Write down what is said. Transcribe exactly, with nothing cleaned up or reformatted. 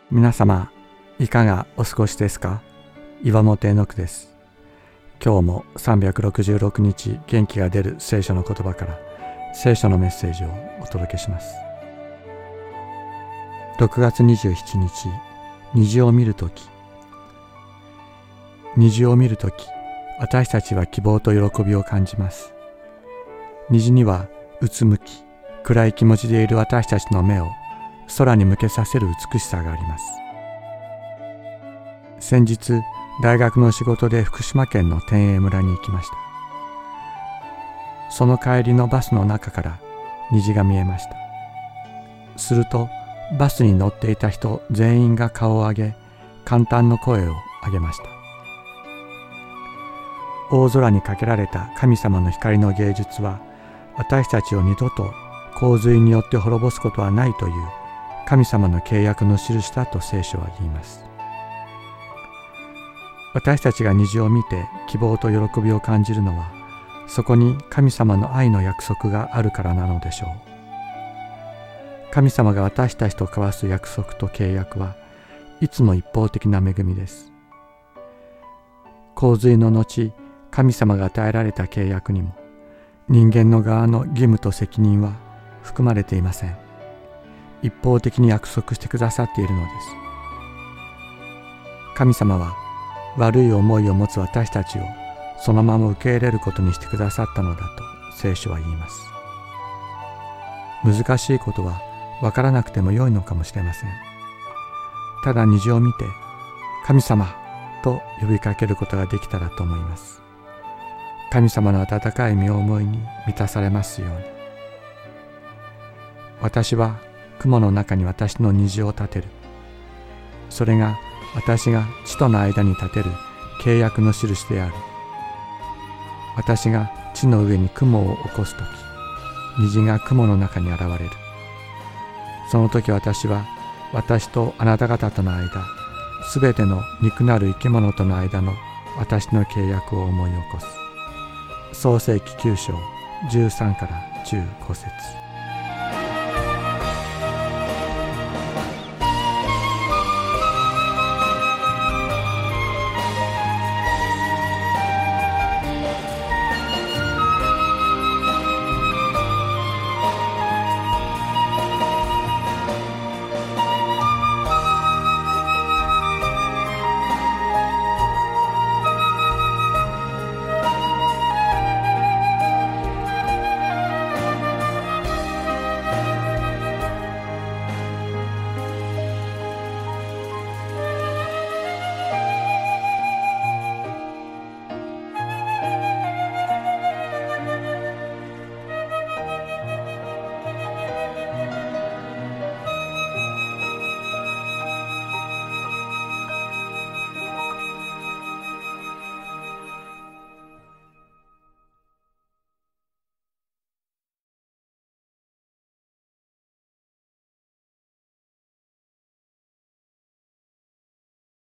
皆様いかがお過ごしですか。岩本絵の句です。今日もさんびゃくろくじゅうろくにち元気が出る聖書の言葉から聖書のメッセージをお届けします。ろくがつにじゅうしちにち、虹を見るとき。虹を見るとき、私たちは希望と喜びを感じます。虹にはうつむき、暗い気持ちでいる私たちの目を空に向けさせる美しさがあります。先日、大学の仕事で福島県の天栄村に行きました。その帰りのバスの中から虹が見えました。すると、バスに乗っていた人全員が顔を上げ、感嘆の声を上げました。大空にかけられた神様の光の芸術は、私たちを二度と洪水によって滅ぼすことはないという神様の契約の印だと聖書は言います。私たちが虹を見て希望と喜びを感じるのは、そこに神様の愛の約束があるからなのでしょう。神様が私たちと交わす約束と契約はいつも一方的な恵みです。洪水の後、神様が与えられた契約にも人間の側の義務と責任は含まれていません。一方的に約束してくださっているのです。神様は悪い思いを持つ私たちをそのまま受け入れることにしてくださったのだと聖書は言います。難しいことは分からなくても良いのかもしれません。ただ虹を見て神様と呼びかけることができたらと思います。神様の温かい身思いに満たされますように。私は雲の中に私の虹を立てる。それが私が地との間に立てる契約の印である。私が地の上に雲を起こすとき、虹が雲の中に現れる。その時私は私とあなた方との間、すべての肉なる生き物との間の私の契約を思い起こす。創世記きゅうしょうじゅうさんからじゅうごせつ。